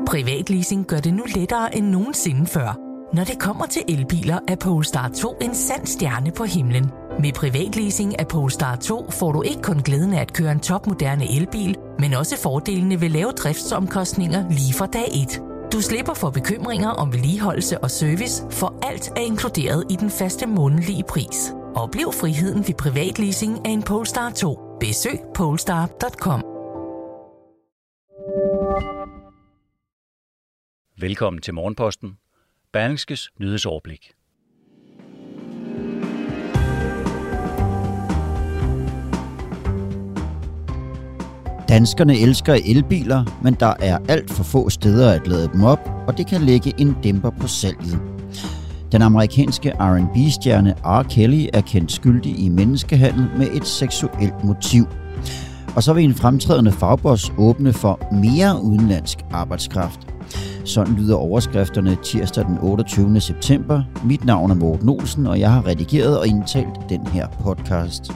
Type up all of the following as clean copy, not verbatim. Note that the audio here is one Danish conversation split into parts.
Privatleasing gør det nu lettere end nogensinde før. Når det kommer til elbiler, er Polestar 2 en sand stjerne på himlen. Med privatleasing af Polestar 2 får du ikke kun glæden af at køre en topmoderne elbil, men også fordelene ved lave driftsomkostninger lige fra dag 1. Du slipper for bekymringer om vedligeholdelse og service, for alt er inkluderet i den faste månedlige pris. Oplev friheden ved privatleasing af en Polestar 2. Besøg polestar.com. Velkommen til Morgenposten. Berlingskes nyhedsoverblik. Danskerne elsker elbiler, men der er alt for få steder at lade dem op, og det kan lægge en dæmper på salget. Den amerikanske R&B-stjerne R. Kelly er kendt skyldig i menneskehandel med et seksuelt motiv. Og så vil en fremtrædende fagboss åbne for mere udenlandsk arbejdskraft. Sådan lyder overskrifterne tirsdag den 28. september. Mit navn er Morten Olsen, og jeg har redigeret og indtalt den her podcast.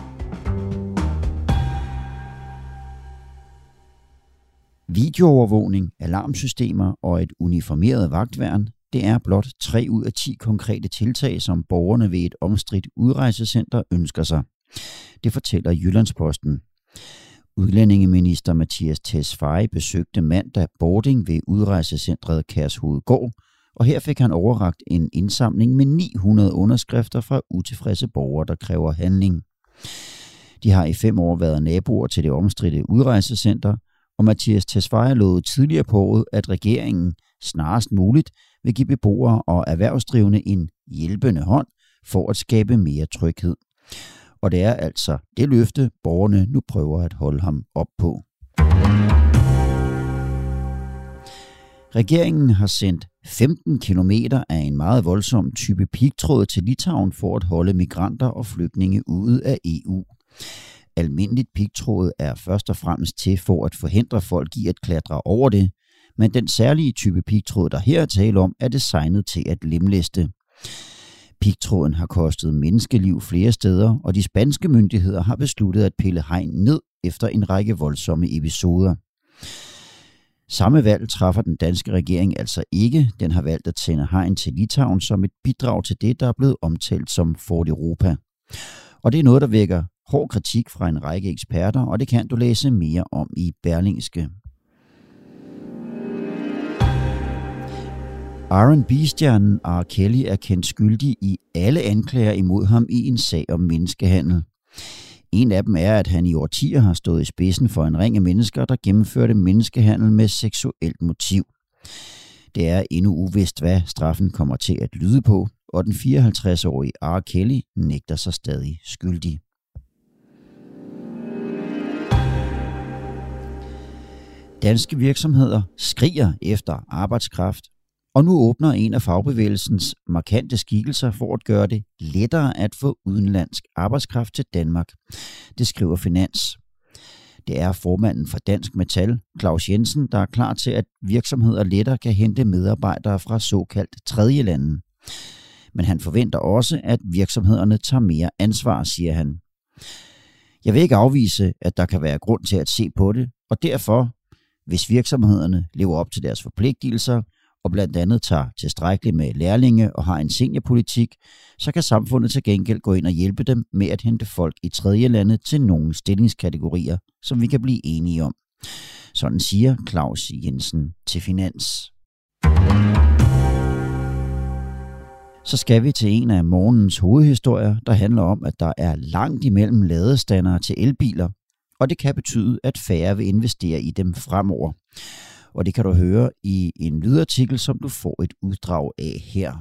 Videoovervågning, alarmsystemer og et uniformeret vagtværn, det er blot 3 ud af 10 konkrete tiltag, som borgerne ved et omstridt udrejsecenter ønsker sig. Det fortæller Jyllandsposten. Udlændingeminister Mattias Tesfaye besøgte mandag boarding ved udrejsecentret Kærshovedgård, og her fik han overrakt en indsamling med 900 underskrifter fra utilfredse borgere, der kræver handling. De har i 5 år været naboer til det omstridte udrejsecenter, og Mattias Tesfaye lovede tidligere på året, at regeringen snarest muligt vil give beboere og erhvervsdrivende en hjælpende hånd for at skabe mere tryghed. Og det er altså det løfte, borgerne nu prøver at holde ham op på. Regeringen har sendt 15 kilometer af en meget voldsom type pigtråd til Litauen for at holde migranter og flygtninge ude af EU. Almindeligt pigtråd er først og fremmest til for at forhindre folk i at klatre over det, men den særlige type pigtråd, der her er tale om, er designet til at lemlæste. Pigtråden har kostet menneskeliv flere steder, og de spanske myndigheder har besluttet at pille hegn ned efter en række voldsomme episoder. Samme valg træffer den danske regering altså ikke. Den har valgt at sende hegn til Litauen som et bidrag til det, der er blevet omtalt som Fort Europa. Og det er noget, der vækker hård kritik fra en række eksperter, og det kan du læse mere om i Berlingske. R&B-stjernen R. Kelly er kendt skyldig i alle anklager imod ham i en sag om menneskehandel. En af dem er, at han i årtier har stået i spidsen for en ring af mennesker, der gennemførte menneskehandel med seksuelt motiv. Det er endnu uvist, hvad straffen kommer til at lyde på, og den 54-årige R. Kelly nægter sig stadig skyldig. Danske virksomheder skriger efter arbejdskraft, og nu åbner en af fagbevægelsens markante skikkelser for at gøre det lettere at få udenlandsk arbejdskraft til Danmark. Det skriver Finans. Det er formanden for Dansk Metal, Claus Jensen, der er klar til, at virksomheder lettere kan hente medarbejdere fra såkaldt tredjelande. Men han forventer også, at virksomhederne tager mere ansvar, siger han. Jeg vil ikke afvise, at der kan være grund til at se på det, og derfor, hvis virksomhederne lever op til deres forpligtelser, og blandt andet tager tilstrækkeligt med lærlinge og har en seniorpolitik, så kan samfundet til gengæld gå ind og hjælpe dem med at hente folk i tredjelande til nogle stillingskategorier, som vi kan blive enige om. Sådan siger Claus Jensen til Finans. Så skal vi til en af morgenens hovedhistorier, der handler om, at der er langt imellem ladestandere til elbiler, og det kan betyde, at færre vil investere i dem fremover. Og det kan du høre i en lydartikel, som du får et uddrag af her.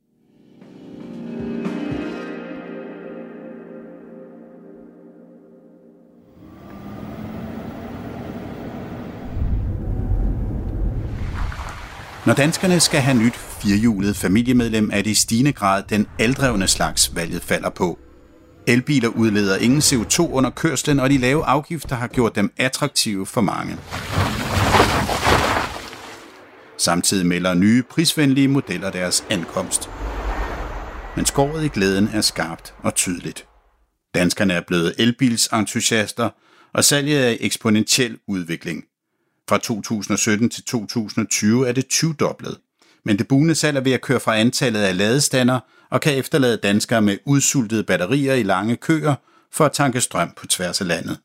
Når danskerne skal have nyt firehjulet familiemedlem, er det i stigende grad den eldrevne slags valget falder på. Elbiler udleder ingen CO2 under kørslen, og de lave afgifter har gjort dem attraktive for mange. Samtidig melder nye prisvenlige modeller deres ankomst. Men skåret i glæden er skarpt og tydeligt. Danskerne er blevet elbilsentusiaster, og salget er i eksponentiel udvikling. Fra 2017 til 2020 er det 20-doblet. Men det bugnende salg er ved at køre fra antallet af ladestander og kan efterlade danskere med udsultede batterier i lange køer for at tanke strøm på tværs af landet.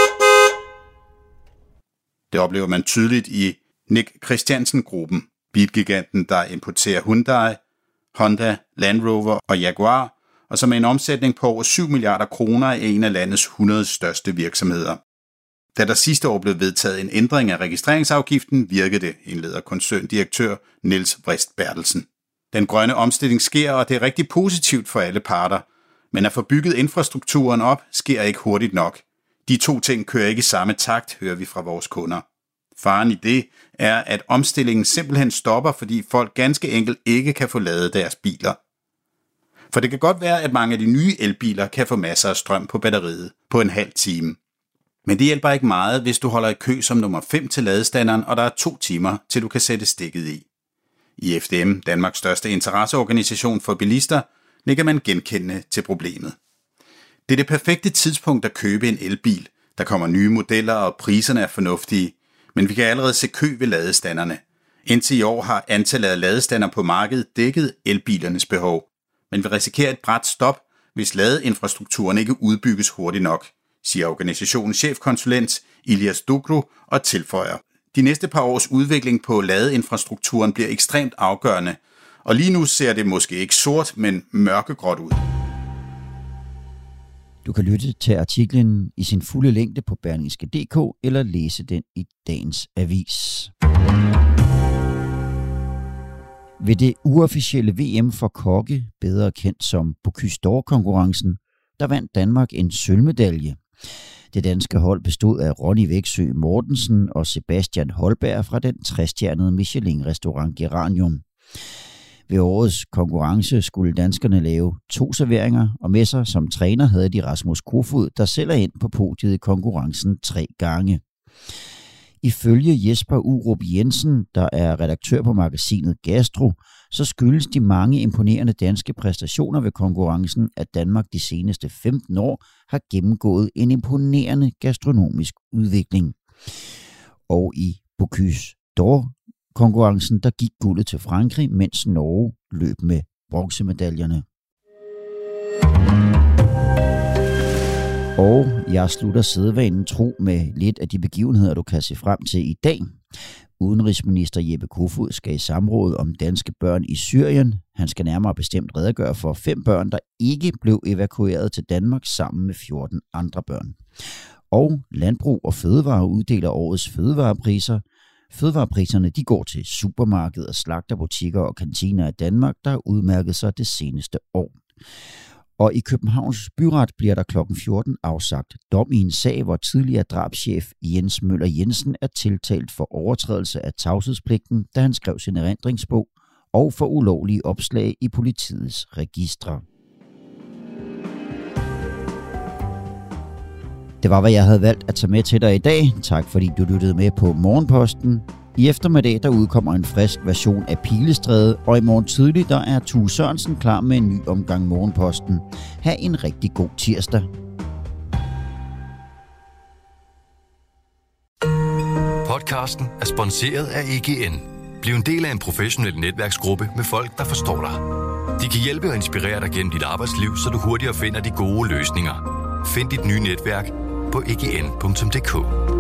Det oplever man tydeligt i Nick Christiansen-gruppen, bilgiganten, der importerer Hyundai, Honda, Land Rover og Jaguar, og som med en omsætning på over 7 milliarder kroner er en af landets 100 største virksomheder. Da der sidste år blev vedtaget en ændring af registreringsafgiften, virkede det, indleder koncerndirektør Niels Vrist Bertelsen. Den grønne omstilling sker, og det er rigtig positivt for alle parter. Men at få bygget infrastrukturen op, sker ikke hurtigt nok. De to ting kører ikke i samme takt, hører vi fra vores kunder. Faren i det er, at omstillingen simpelthen stopper, fordi folk ganske enkelt ikke kan få ladet deres biler. For det kan godt være, at mange af de nye elbiler kan få masser af strøm på batteriet på en halv time. Men det hjælper ikke meget, hvis du holder i kø som nummer 5 til ladestanderen, og der er 2 timer, til du kan sætte stikket i. I FDM, Danmarks største interesseorganisation for bilister, ligger man genkendende til problemet. Det er det perfekte tidspunkt at købe en elbil. Der kommer nye modeller, og priserne er fornuftige. Men vi kan allerede se kø ved ladestanderne. Indtil i år har antallet af ladestander på markedet dækket elbilernes behov. Men vi risikerer et brat stop, hvis ladeinfrastrukturen ikke udbygges hurtigt nok, siger organisationens chefkonsulent Ilias Duglu og tilføjer. De næste par års udvikling på ladeinfrastrukturen bliver ekstremt afgørende, og lige nu ser det måske ikke sort, men mørkegråt ud. Du kan lytte til artiklen i sin fulde længde på Berlingske.dk eller læse den i dagens avis. Ved det uofficielle VM for kokke, bedre kendt som Bocuse d'Or-konkurrencen, der vandt Danmark en sølvmedalje. Det danske hold bestod af Ronny Veksø Mortensen og Sebastian Holberg fra den 3-stjernede Michelin-restaurant Geranium. Ved årets konkurrence skulle danskerne lave 2 serveringer, og med sig som træner havde de Rasmus Kofod, der selv er ind på podiet i konkurrencen 3 gange. Ifølge Jesper Urup Jensen, der er redaktør på magasinet Gastro, så skyldes de mange imponerende danske præstationer ved konkurrencen, at Danmark de seneste 15 år har gennemgået en imponerende gastronomisk udvikling. Og i Bocuse d'Or-konkurrencen, der gik guldet til Frankrig, mens Norge løb med bronzemedaljerne. Og jeg slutter sædvanen tro med lidt af de begivenheder, du kan se frem til i dag. Udenrigsminister Jeppe Kofod skal i samråd om danske børn i Syrien. Han skal nærmere bestemt redegøre for 5 børn, der ikke blev evakueret til Danmark sammen med 14 andre børn. Og Landbrug og Fødevare uddeler årets fødevarepriser. Fødevarepriserne de går til supermarkeder, slagterbutikker og kantiner af Danmark, der har udmærket sig det seneste år. Og i Københavns Byret bliver der kl. 14 afsagt dom i en sag, hvor tidligere drabschef Jens Møller Jensen er tiltalt for overtrædelse af tavshedspligten, da han skrev sin erindringsbog, og for ulovlige opslag i politiets registre. Det var, hvad jeg havde valgt at tage med til dig i dag. Tak fordi du lyttede med på Morgenposten. I eftermiddag der udkommer en frisk version af Pilestræde, og i morgen tidlig der er Tue Sørensen klar med en ny omgang Morgenposten. Ha' en rigtig god tirsdag. Podcasten er sponsoreret af EGN. Bliv en del af en professionel netværksgruppe med folk, der forstår dig. De kan hjælpe og inspirere dig gennem dit arbejdsliv, så du hurtigere finder de gode løsninger. Find dit nye netværk på egn.dk.